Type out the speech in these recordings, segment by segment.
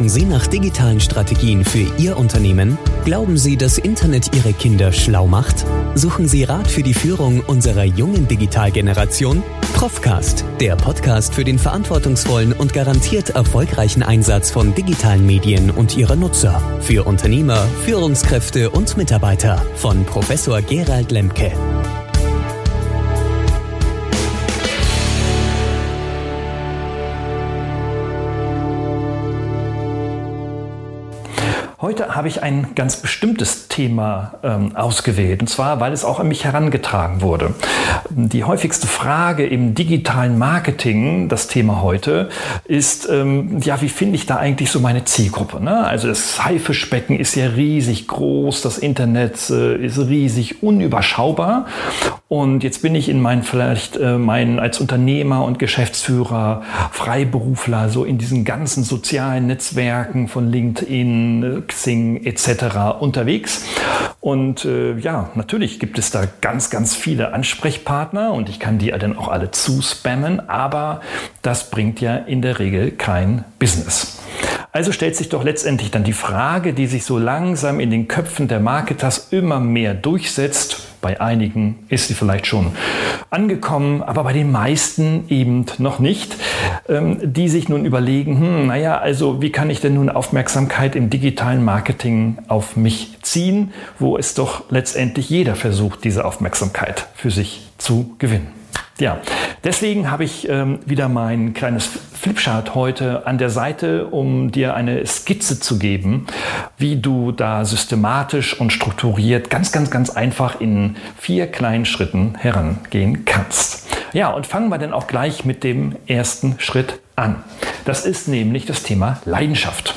Suchen Sie nach digitalen Strategien für Ihr Unternehmen? Glauben Sie, dass Internet Ihre Kinder schlau macht? Suchen Sie Rat für die Führung unserer jungen Digitalgeneration? Profcast, der Podcast für den verantwortungsvollen und garantiert erfolgreichen Einsatz von digitalen Medien und ihrer Nutzer. Für Unternehmer, Führungskräfte und Mitarbeiter von Professor Gerald Lemke. Heute habe ich ein ganz bestimmtes Thema ausgewählt, und zwar, weil es auch an mich herangetragen wurde. Die häufigste Frage im digitalen Marketing, das Thema heute, ist, wie finde ich da eigentlich so meine Zielgruppe? Ne? Also das Haifischbecken ist ja riesig groß, das Internet ist riesig unüberschaubar. Und jetzt bin ich in als Unternehmer und Geschäftsführer, Freiberufler, so in diesen ganzen sozialen Netzwerken von LinkedIn, Xing etc. unterwegs. Und natürlich gibt es da ganz, ganz viele Ansprechpartner und ich kann die dann auch alle zuspammen, aber das bringt ja in der Regel kein Business. Also stellt sich doch letztendlich dann die Frage, die sich so langsam in den Köpfen der Marketers immer mehr durchsetzt. Bei einigen ist sie vielleicht schon angekommen, aber bei den meisten eben noch nicht, die sich nun überlegen, wie kann ich denn nun Aufmerksamkeit im digitalen Marketing auf mich ziehen, wo es doch letztendlich jeder versucht, diese Aufmerksamkeit für sich zu gewinnen. Ja, deswegen habe ich wieder mein kleines Flipchart heute an der Seite, um dir eine Skizze zu geben, wie du da systematisch und strukturiert ganz, ganz, ganz einfach in 4 kleinen Schritten herangehen kannst. Ja, und fangen wir dann auch gleich mit dem ersten Schritt an. Das ist nämlich das Thema Leidenschaft.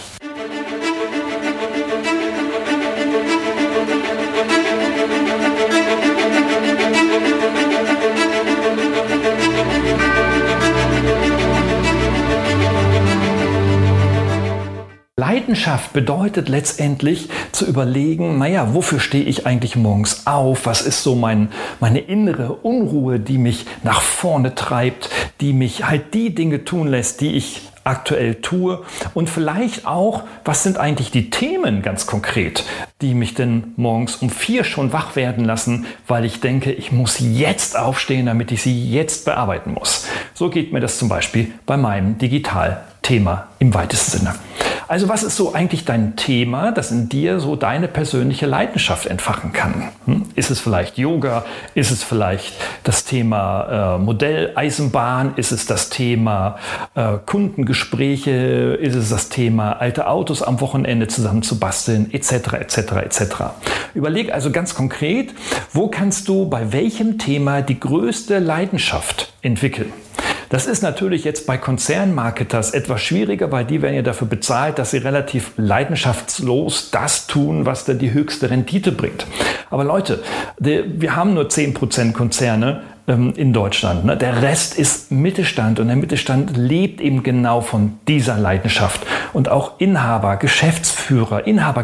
Leidenschaft bedeutet letztendlich zu überlegen, wofür stehe ich eigentlich morgens auf? Was ist so meine innere Unruhe, die mich nach vorne treibt, die mich halt die Dinge tun lässt, die ich aktuell tue? Und vielleicht auch, was sind eigentlich die Themen ganz konkret, die mich denn morgens um 4 schon wach werden lassen, weil ich denke, ich muss jetzt aufstehen, damit ich sie jetzt bearbeiten muss. So geht mir das zum Beispiel bei meinem Digitalthema im weitesten Sinne. Also was ist so eigentlich dein Thema, das in dir so deine persönliche Leidenschaft entfachen kann? Ist es vielleicht Yoga? Ist es vielleicht das Thema Modelleisenbahn? Ist es das Thema Kundengespräche? Ist es das Thema alte Autos am Wochenende zusammen zu basteln? Etc. etc. etc. Überleg also ganz konkret, wo kannst du bei welchem Thema die größte Leidenschaft entwickeln? Das ist natürlich jetzt bei Konzernmarketers etwas schwieriger, weil die werden ja dafür bezahlt, dass sie relativ leidenschaftslos das tun, was dann die höchste Rendite bringt. Aber Leute, wir haben nur 10% Konzerne in Deutschland. Ne? Der Rest ist Mittelstand und der Mittelstand lebt eben genau von dieser Leidenschaft. Und auch Inhaber, Geschäftsführer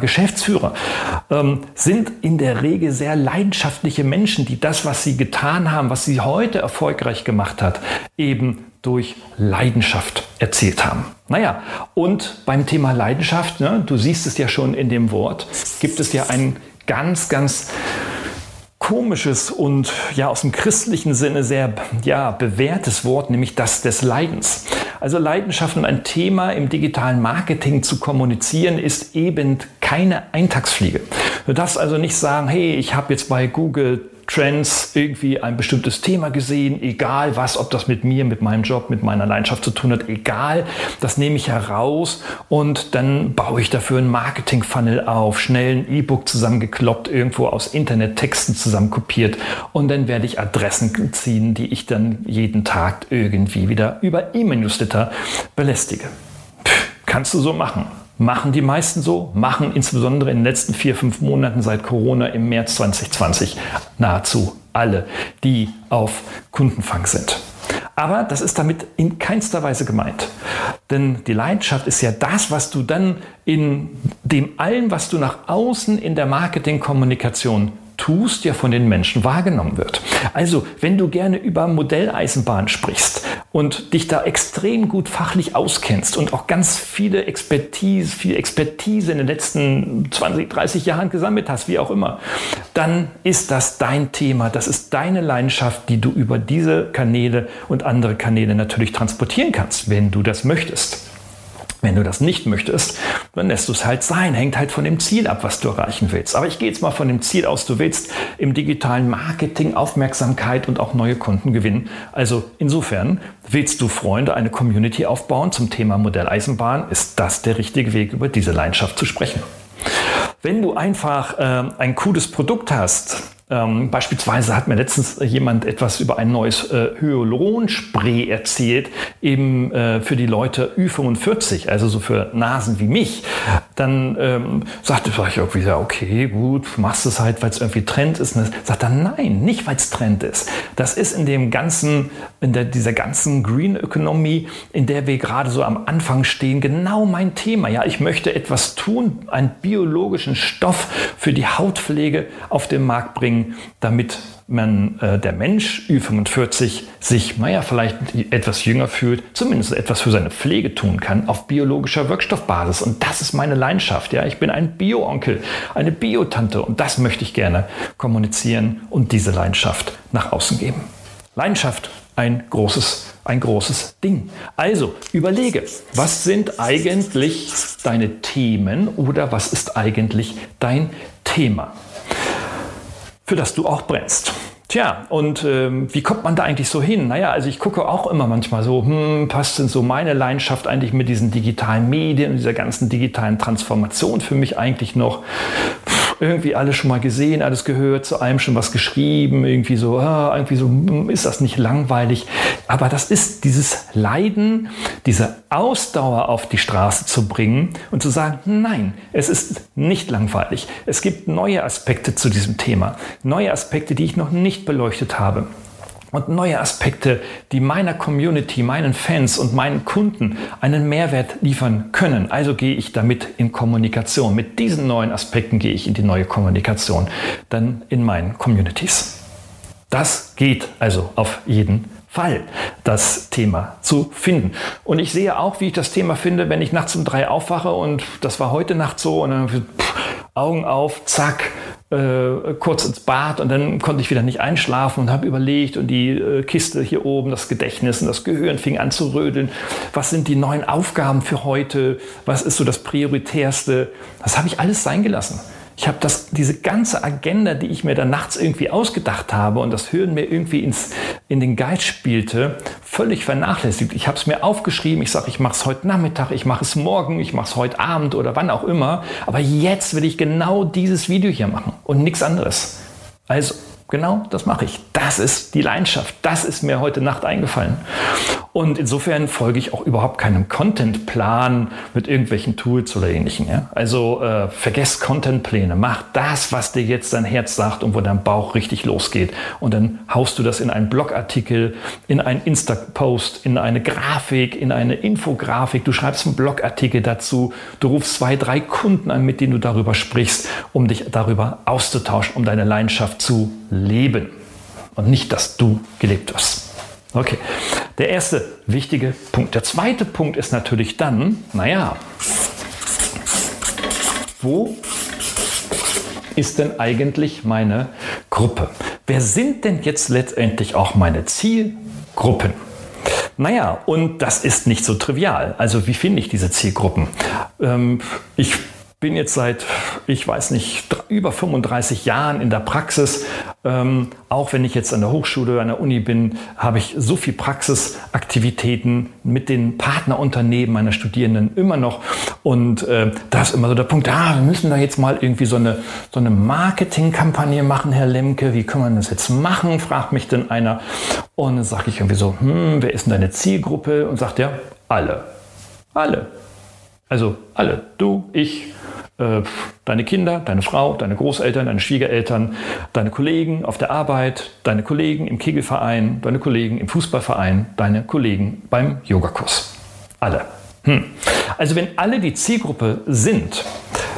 sind in der Regel sehr leidenschaftliche Menschen, die das, was sie getan haben, was sie heute erfolgreich gemacht hat, eben durch Leidenschaft erzielt haben. Und beim Thema Leidenschaft, du siehst es ja schon in dem Wort, gibt es ja ein ganz, ganz komisches und aus dem christlichen Sinne sehr bewährtes Wort, nämlich das des Leidens. Also Leidenschaft und ein Thema im digitalen Marketing zu kommunizieren, ist eben keine Eintagsfliege. Du darfst also nicht sagen, hey, ich habe jetzt bei Google Trends irgendwie ein bestimmtes Thema gesehen, egal was, ob das mit mir, mit meinem Job, mit meiner Leidenschaft zu tun hat, egal, das nehme ich heraus und dann baue ich dafür einen Marketing-Funnel auf, schnell ein E-Book zusammengekloppt, irgendwo aus Internettexten zusammenkopiert und dann werde ich Adressen ziehen, die ich dann jeden Tag irgendwie wieder über E-Mail-Newsletter belästige. Kannst du so machen. Machen die meisten so, machen insbesondere in den letzten 4-5 Monaten seit Corona im März 2020 nahezu alle, die auf Kundenfang sind. Aber das ist damit in keinster Weise gemeint. Denn die Leidenschaft ist ja das, was du dann in dem allem, was du nach außen in der Marketingkommunikation tust, ja von den Menschen wahrgenommen wird. Also, wenn du gerne über Modelleisenbahn sprichst und dich da extrem gut fachlich auskennst und auch ganz viel Expertise in den letzten 20, 30 Jahren gesammelt hast, wie auch immer, dann ist das dein Thema, das ist deine Leidenschaft, die du über diese Kanäle und andere Kanäle natürlich transportieren kannst, wenn du das möchtest. Wenn du das nicht möchtest, dann lässt du es halt sein. Hängt halt von dem Ziel ab, was du erreichen willst. Aber ich gehe jetzt mal von dem Ziel aus, du willst im digitalen Marketing Aufmerksamkeit und auch neue Kunden gewinnen. Also insofern, willst du Freunde, eine Community aufbauen zum Thema Modelleisenbahn, ist das der richtige Weg, über diese Leidenschaft zu sprechen. Wenn du einfach ein cooles Produkt hast, beispielsweise hat mir letztens jemand etwas über ein neues Hyaluronspray erzählt, eben für die Leute Ü45, also so für Nasen wie mich. Dann sagte ich irgendwie, ja, okay, gut, machst es halt, weil es irgendwie Trend ist. Und sagt er, nein, nicht, weil es Trend ist. Das ist in dem ganzen, dieser ganzen Green Economy, in der wir gerade so am Anfang stehen, genau mein Thema. Ja, ich möchte etwas tun, einen biologischen Stoff für die Hautpflege auf den Markt bringen, damit der Mensch Ü45 sich, vielleicht etwas jünger fühlt, zumindest etwas für seine Pflege tun kann, auf biologischer Wirkstoffbasis. Und das ist meine Leidenschaft. Ja? Ich bin ein Bio-Onkel, eine Biotante und das möchte ich gerne kommunizieren und diese Leidenschaft nach außen geben. Leidenschaft, ein großes Ding. Also überlege, was sind eigentlich deine Themen oder was ist eigentlich dein Thema, für das du auch brennst. Tja, und wie kommt man da eigentlich so hin? Naja, also ich gucke auch immer manchmal so, passt denn so meine Leidenschaft eigentlich mit diesen digitalen Medien und dieser ganzen digitalen Transformation für mich eigentlich noch? Irgendwie alles schon mal gesehen, alles gehört, zu allem schon was geschrieben, irgendwie so ist das nicht langweilig. Aber das ist dieses Leiden, diese Ausdauer auf die Straße zu bringen und zu sagen, nein, es ist nicht langweilig. Es gibt neue Aspekte zu diesem Thema, neue Aspekte, die ich noch nicht beleuchtet habe. Und neue Aspekte, die meiner Community, meinen Fans und meinen Kunden einen Mehrwert liefern können. Also gehe ich damit in Kommunikation. Mit diesen neuen Aspekten gehe ich in die neue Kommunikation, dann in meinen Communities. Das geht also auf jeden Fall, das Thema zu finden. Und ich sehe auch, wie ich das Thema finde, wenn ich nachts um 3 aufwache und das war heute Nacht so und dann Augen auf, zack, kurz ins Bad und dann konnte ich wieder nicht einschlafen und habe überlegt und die Kiste hier oben, das Gedächtnis und das Gehirn fing an zu rödeln. Was sind die neuen Aufgaben für heute? Was ist so das Prioritärste? Das habe ich alles sein gelassen. Ich habe diese ganze Agenda, die ich mir dann nachts irgendwie ausgedacht habe und das Hirn mir irgendwie in den Geist spielte, völlig vernachlässigt. Ich habe es mir aufgeschrieben, ich sage, ich mache es heute Nachmittag, ich mache es morgen, ich mache es heute Abend oder wann auch immer. Aber jetzt will ich genau dieses Video hier machen und nichts anderes. Also genau das mache ich. Das ist die Leidenschaft. Das ist mir heute Nacht eingefallen. Und insofern folge ich auch überhaupt keinem Contentplan mit irgendwelchen Tools oder Ähnlichem. Ja? Also vergesst Contentpläne. Mach das, was dir jetzt dein Herz sagt und wo dein Bauch richtig losgeht. Und dann haust du das in einen Blogartikel, in einen Insta-Post, in eine Grafik, in eine Infografik. Du schreibst einen Blogartikel dazu. Du rufst 2, 3 Kunden an, mit denen du darüber sprichst, um dich darüber auszutauschen, um deine Leidenschaft zu leben. Und nicht, dass du gelebt wirst. Okay, der erste wichtige Punkt. Der zweite Punkt ist natürlich dann, wo ist denn eigentlich meine Gruppe? Wer sind denn jetzt letztendlich auch meine Zielgruppen? Und das ist nicht so trivial. Also wie finde ich diese Zielgruppen? Ich bin jetzt seit, über 35 Jahren in der Praxis. Auch wenn ich jetzt an der Hochschule, an der Uni bin, habe ich so viel Praxisaktivitäten mit den Partnerunternehmen meiner Studierenden immer noch. Und da ist immer so der Punkt, wir müssen da jetzt mal irgendwie so eine Marketingkampagne machen, Herr Lemke. Wie kann man das jetzt machen? Fragt mich dann einer. Und dann sage ich irgendwie so, wer ist denn deine Zielgruppe? Und sagt er, alle. Alle. Also alle. Du, ich, deine Kinder, deine Frau, deine Großeltern, deine Schwiegereltern, deine Kollegen auf der Arbeit, deine Kollegen im Kegelverein, deine Kollegen im Fußballverein, deine Kollegen beim Yogakurs. Alle. Also wenn alle die Zielgruppe sind,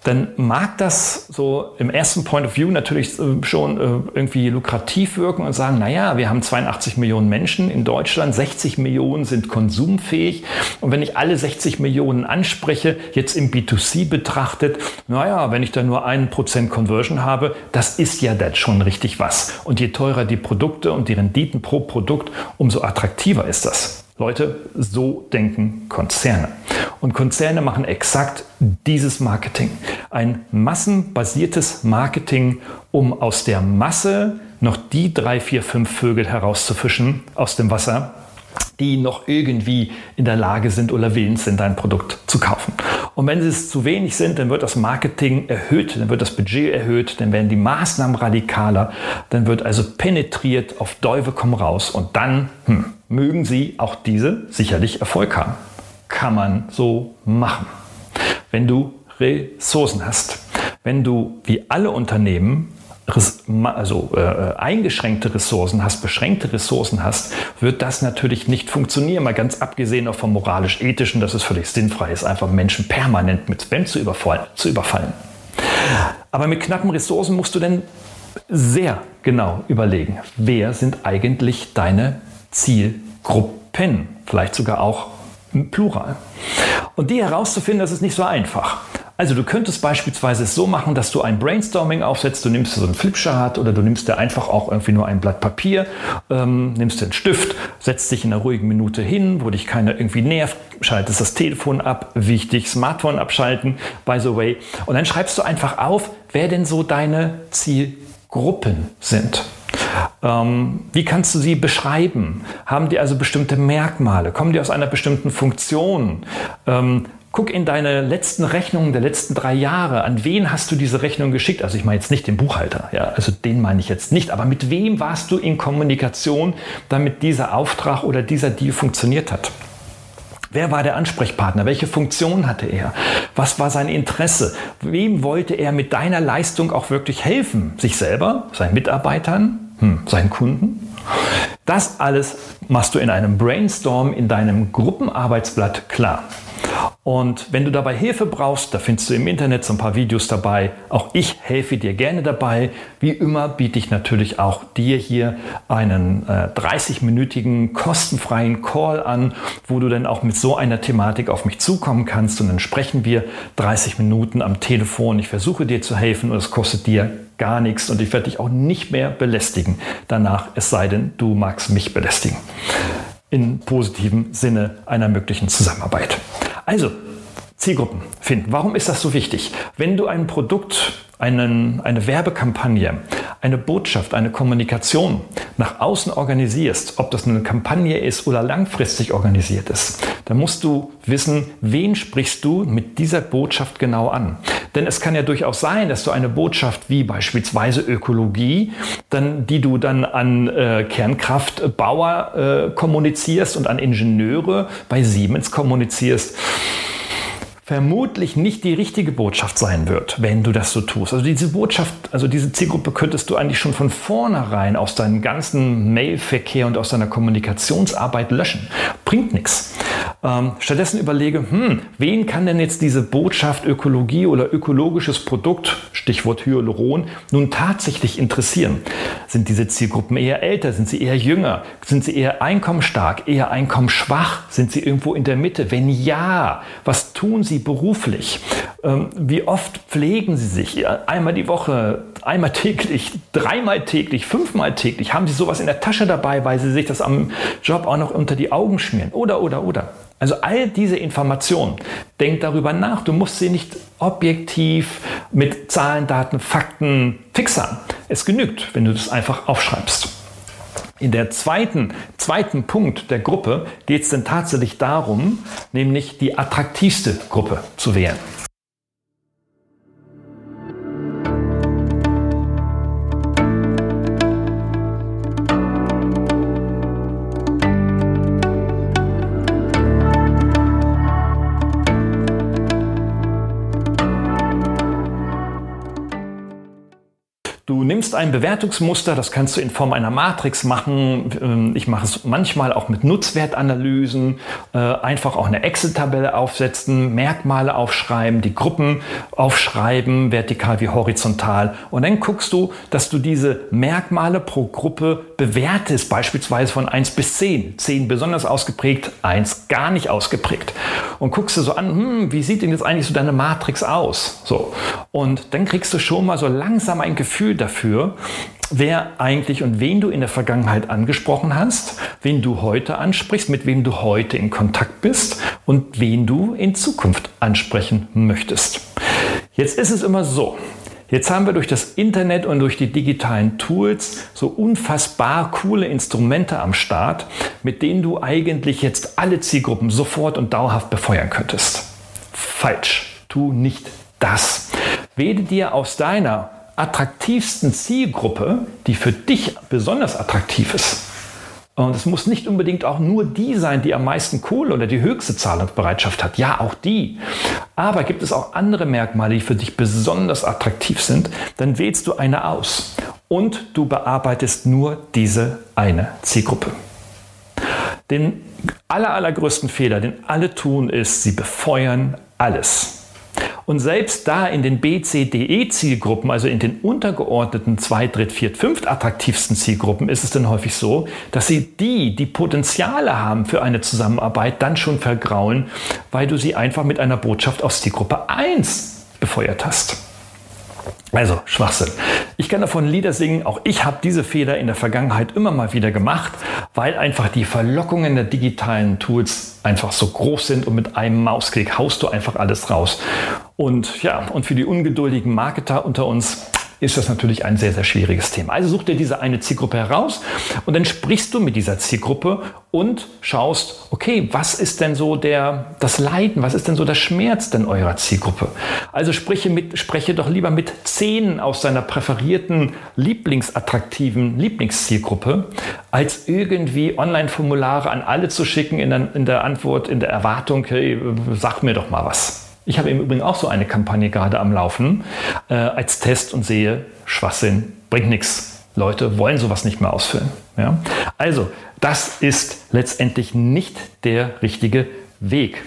dann mag das so im ersten Point of View natürlich schon irgendwie lukrativ wirken und sagen, naja, wir haben 82 Millionen Menschen in Deutschland, 60 Millionen sind konsumfähig und wenn ich alle 60 Millionen anspreche, jetzt im B2C betrachtet, naja, wenn ich da nur 1% Conversion habe, das ist ja dann schon richtig was. Und je teurer die Produkte und die Renditen pro Produkt, umso attraktiver ist das. Leute, so denken Konzerne. Und Konzerne machen exakt dieses Marketing. Ein massenbasiertes Marketing, um aus der Masse noch die 3, 4, 5 Vögel herauszufischen aus dem Wasser, die noch irgendwie in der Lage sind oder willens sind, dein Produkt zu kaufen. Und wenn es zu wenig sind, dann wird das Marketing erhöht, dann wird das Budget erhöht, dann werden die Maßnahmen radikaler, dann wird also penetriert, auf Teufel komm raus und dann mögen sie auch diese sicherlich Erfolg haben. Kann man so machen. Wenn du Ressourcen hast, wenn du wie alle Unternehmen eingeschränkte Ressourcen hast, beschränkte Ressourcen hast, wird das natürlich nicht funktionieren. Mal ganz abgesehen auch vom moralisch-ethischen, dass es völlig sinnfrei ist, einfach Menschen permanent mit Spam zu überfallen. Aber mit knappen Ressourcen musst du dann sehr genau überlegen, wer sind eigentlich deine Zielgruppen, vielleicht sogar auch im Plural. Und die herauszufinden, das ist nicht so einfach. Also du könntest beispielsweise es so machen, dass du ein Brainstorming aufsetzt, du nimmst dir so einen Flipchart oder du nimmst dir einfach auch irgendwie nur ein Blatt Papier, nimmst dir einen Stift, setzt dich in einer ruhigen Minute hin, wo dich keiner irgendwie nervt, schaltest das Telefon ab, wichtig, Smartphone abschalten, by the way. Und dann schreibst du einfach auf, wer denn so deine Zielgruppen sind. Wie kannst du sie beschreiben? Haben die also bestimmte Merkmale? Kommen die aus einer bestimmten Funktion? Guck in deine letzten Rechnungen der letzten 3 Jahre. An wen hast du diese Rechnung geschickt? Also ich meine jetzt nicht den Buchhalter, ja, also den meine ich jetzt nicht. Aber mit wem warst du in Kommunikation, damit dieser Auftrag oder dieser Deal funktioniert hat? Wer war der Ansprechpartner? Welche Funktion hatte er? Was war sein Interesse? Wem wollte er mit deiner Leistung auch wirklich helfen? Sich selber, seinen Mitarbeitern, seinen Kunden? Das alles machst du in einem Brainstorm, in deinem Gruppenarbeitsblatt klar. Und wenn du dabei Hilfe brauchst, da findest du im Internet so ein paar Videos dabei. Auch ich helfe dir gerne dabei. Wie immer biete ich natürlich auch dir hier einen 30-minütigen kostenfreien Call an, wo du dann auch mit so einer Thematik auf mich zukommen kannst. Und dann sprechen wir 30 Minuten am Telefon. Ich versuche dir zu helfen und es kostet dir gar nichts. Und ich werde dich auch nicht mehr belästigen danach, es sei denn, du magst mich belästigen. In positivem Sinne einer möglichen Zusammenarbeit. Also, Zielgruppen finden. Warum ist das so wichtig? Wenn du ein Produkt, eine Werbekampagne, eine Botschaft, eine Kommunikation nach außen organisierst, ob das eine Kampagne ist oder langfristig organisiert ist, dann musst du wissen, wen sprichst du mit dieser Botschaft genau an. Denn es kann ja durchaus sein, dass du eine Botschaft wie beispielsweise Ökologie, die du dann an Kernkraftbauer kommunizierst und an Ingenieure bei Siemens kommunizierst, vermutlich nicht die richtige Botschaft sein wird, wenn du das so tust. Also diese Botschaft, also diese Zielgruppe könntest du eigentlich schon von vornherein aus deinem ganzen Mailverkehr und aus deiner Kommunikationsarbeit löschen. Bringt nichts. Stattdessen überlege, wen kann denn jetzt diese Botschaft Ökologie oder ökologisches Produkt, Stichwort Hyaluron, nun tatsächlich interessieren? Sind diese Zielgruppen eher älter? Sind sie eher jünger? Sind sie eher einkommensstark, eher einkommensschwach? Sind sie irgendwo in der Mitte? Wenn ja, was tun sie beruflich? Wie oft pflegen sie sich? Einmal die Woche, einmal täglich, 3-mal täglich, 5-mal täglich? Haben sie sowas in der Tasche dabei, weil sie sich das am Job auch noch unter die Augen schmieren? Oder. Also all diese Informationen, denk darüber nach. Du musst sie nicht objektiv mit Zahlen, Daten, Fakten fixern. Es genügt, wenn du das einfach aufschreibst. In der zweiten Punkt der Gruppe geht es dann tatsächlich darum, nämlich die attraktivste Gruppe zu wählen. Du nimmst ein Bewertungsmuster, das kannst du in Form einer Matrix machen. Ich mache es manchmal auch mit Nutzwertanalysen. Einfach auch eine Excel-Tabelle aufsetzen, Merkmale aufschreiben, die Gruppen aufschreiben, vertikal wie horizontal. Und dann guckst du, dass du diese Merkmale pro Gruppe bewertest, beispielsweise von 1 bis 10. 10 besonders ausgeprägt, 1 gar nicht ausgeprägt. Und guckst du so an, wie sieht denn jetzt eigentlich so deine Matrix aus? So. Und dann kriegst du schon mal so langsam ein Gefühl dafür, wer eigentlich und wen du in der Vergangenheit angesprochen hast, wen du heute ansprichst, mit wem du heute in Kontakt bist und wen du in Zukunft ansprechen möchtest. Jetzt ist es immer so. Jetzt haben wir durch das Internet und durch die digitalen Tools so unfassbar coole Instrumente am Start, mit denen du eigentlich jetzt alle Zielgruppen sofort und dauerhaft befeuern könntest. Falsch. Tu nicht das. Wähle dir aus deiner attraktivsten Zielgruppe, die für dich besonders attraktiv ist. Und es muss nicht unbedingt auch nur die sein, die am meisten Kohle oder die höchste Zahlungsbereitschaft hat. Ja, auch die. Aber gibt es auch andere Merkmale, die für dich besonders attraktiv sind, dann wählst du eine aus. Und du bearbeitest nur diese eine Zielgruppe. Den allergrößten Fehler, den alle tun, ist, sie befeuern alles. Und selbst da in den B, C, D, E Zielgruppen, also in den untergeordneten 2, 3, 4, 5 attraktivsten Zielgruppen, ist es dann häufig so, dass sie die Potenziale haben für eine Zusammenarbeit, dann schon vergraulen, weil du sie einfach mit einer Botschaft aus Zielgruppe 1 befeuert hast. Also Schwachsinn. Ich kann davon Lieder singen, auch ich habe diese Fehler in der Vergangenheit immer mal wieder gemacht, weil einfach die Verlockungen der digitalen Tools einfach so groß sind und mit einem Mausklick haust du einfach alles raus. Und ja, und für die ungeduldigen Marketer unter uns ist das natürlich ein sehr, sehr schwieriges Thema. Also such dir diese eine Zielgruppe heraus und dann sprichst du mit dieser Zielgruppe und schaust, okay, was ist denn so das Leiden, was ist denn so der Schmerz denn eurer Zielgruppe? Also spreche doch lieber mit 10 aus deiner präferierten, lieblingsattraktiven Lieblingszielgruppe, als irgendwie Online-Formulare an alle zu schicken in der Antwort, in der Erwartung, hey, sag mir doch mal was. Ich habe im Übrigen auch so eine Kampagne gerade am Laufen als Test und sehe, Schwachsinn, bringt nichts. Leute wollen sowas nicht mehr ausfüllen. Ja? Also, das ist letztendlich nicht der richtige Weg.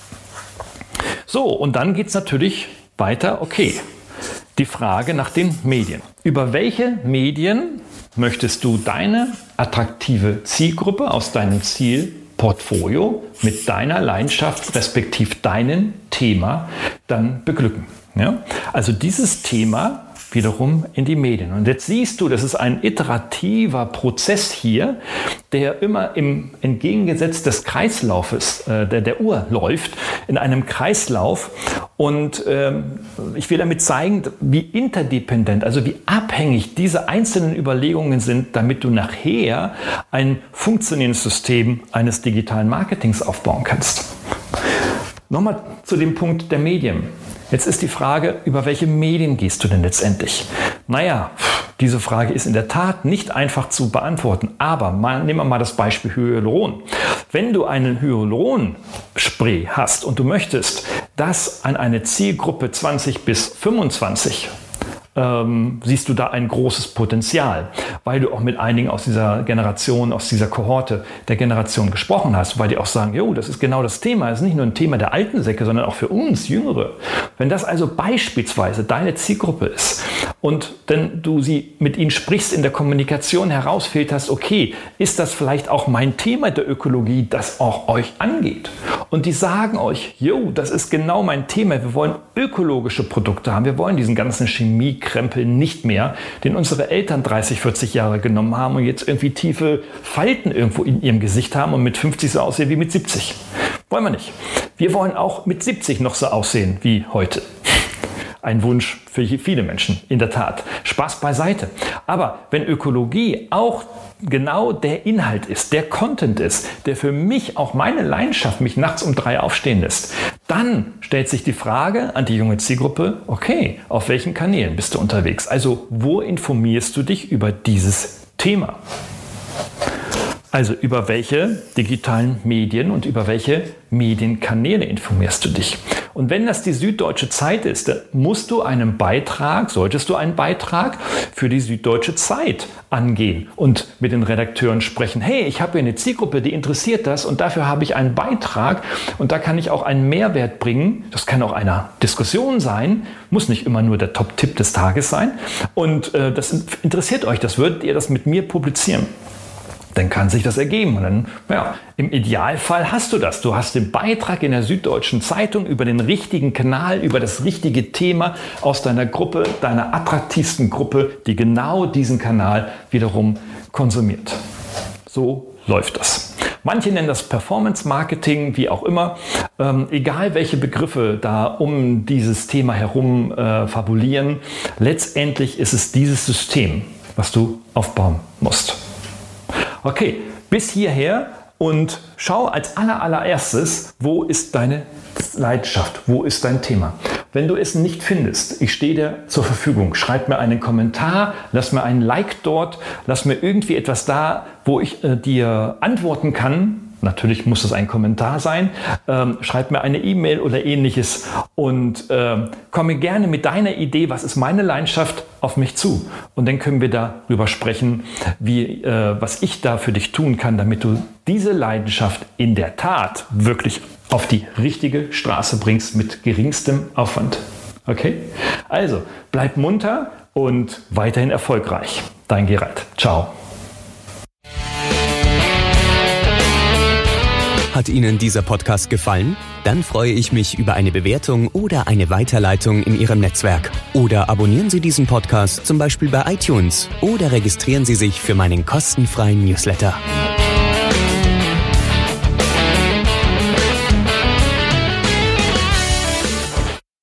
So, und dann geht es natürlich weiter. Okay, die Frage nach den Medien. Über welche Medien möchtest du deine attraktive Zielgruppe aus deinem Zielportfolio mit deiner Leidenschaft respektive deinem Thema dann beglücken? Ja? Also dieses Thema wiederum in die Medien. Und jetzt siehst du, das ist ein iterativer Prozess hier, der immer im Entgegengesetz des Kreislaufes, der Uhr läuft, in einem Kreislauf. Und ich will damit zeigen, wie interdependent, also wie abhängig diese einzelnen Überlegungen sind, damit du nachher ein funktionierendes System eines digitalen Marketings aufbauen kannst. Nochmal zu dem Punkt der Medien. Jetzt ist die Frage, über welche Medien gehst du denn letztendlich? Naja, diese Frage ist in der Tat nicht einfach zu beantworten. Aber nehmen wir mal das Beispiel Hyaluron. Wenn du einen Hyaluron-Spray hast und du möchtest das an eine Zielgruppe 20 bis 25 siehst du da ein großes Potenzial, weil du auch mit einigen aus dieser Generation, aus dieser Kohorte der Generation gesprochen hast, weil die auch sagen, jo, das ist genau das Thema, das ist nicht nur ein Thema der alten Säcke, sondern auch für uns Jüngere. Wenn das also beispielsweise deine Zielgruppe ist und dann du sie mit ihnen sprichst, in der Kommunikation herausfilterst, okay, ist das vielleicht auch mein Thema der Ökologie, das auch euch angeht? Und die sagen euch, jo, das ist genau mein Thema, wir wollen ökologische Produkte haben, wir wollen diesen ganzen Chemiekrempel nicht mehr, den unsere Eltern 30, 40 Jahre genommen haben und jetzt irgendwie tiefe Falten irgendwo in ihrem Gesicht haben und mit 50 so aussehen wie mit 70. Wollen wir nicht. Wir wollen auch mit 70 noch so aussehen wie heute. Ein Wunsch für viele Menschen, in der Tat. Spaß beiseite. Aber wenn Ökologie auch genau der Inhalt ist, der Content ist, der für mich auch meine Leidenschaft, mich nachts um 3 aufstehen lässt, dann stellt sich die Frage an die junge Zielgruppe, okay, auf welchen Kanälen bist du unterwegs? Also wo informierst du dich über dieses Thema? Also über welche digitalen Medien und über welche Medienkanäle informierst du dich? Und wenn das die Süddeutsche Zeit ist, dann solltest du einen Beitrag für die Süddeutsche Zeit angehen und mit den Redakteuren sprechen. Hey, ich habe hier eine Zielgruppe, die interessiert das und dafür habe ich einen Beitrag und da kann ich auch einen Mehrwert bringen. Das kann auch eine Diskussion sein, muss nicht immer nur der Top-Tipp des Tages sein. Und das interessiert euch, das würdet ihr das mit mir publizieren. Dann kann sich das ergeben. Und dann, im Idealfall hast du das. Du hast den Beitrag in der Süddeutschen Zeitung über den richtigen Kanal, über das richtige Thema aus deiner Gruppe, deiner attraktivsten Gruppe, die genau diesen Kanal wiederum konsumiert. So läuft das. Manche nennen das Performance-Marketing, wie auch immer. Egal welche Begriffe da um dieses Thema herum fabulieren, letztendlich ist es dieses System, was du aufbauen musst. Okay, bis hierher und schau als allererstes, wo ist deine Leidenschaft, wo ist dein Thema. Wenn du es nicht findest, ich stehe dir zur Verfügung. Schreib mir einen Kommentar, lass mir ein Like dort, lass mir irgendwie etwas da, wo ich dir antworten kann. Natürlich muss es ein Kommentar sein. Schreib mir eine E-Mail oder ähnliches und komme gerne mit deiner Idee, was ist meine Leidenschaft, auf mich zu. Und dann können wir darüber sprechen, was ich da für dich tun kann, damit du diese Leidenschaft in der Tat wirklich auf die richtige Straße bringst mit geringstem Aufwand. Okay? Also, bleib munter und weiterhin erfolgreich. Dein Gerald. Ciao. Hat Ihnen dieser Podcast gefallen? Dann freue ich mich über eine Bewertung oder eine Weiterleitung in Ihrem Netzwerk. Oder abonnieren Sie diesen Podcast zum Beispiel bei iTunes oder registrieren Sie sich für meinen kostenfreien Newsletter.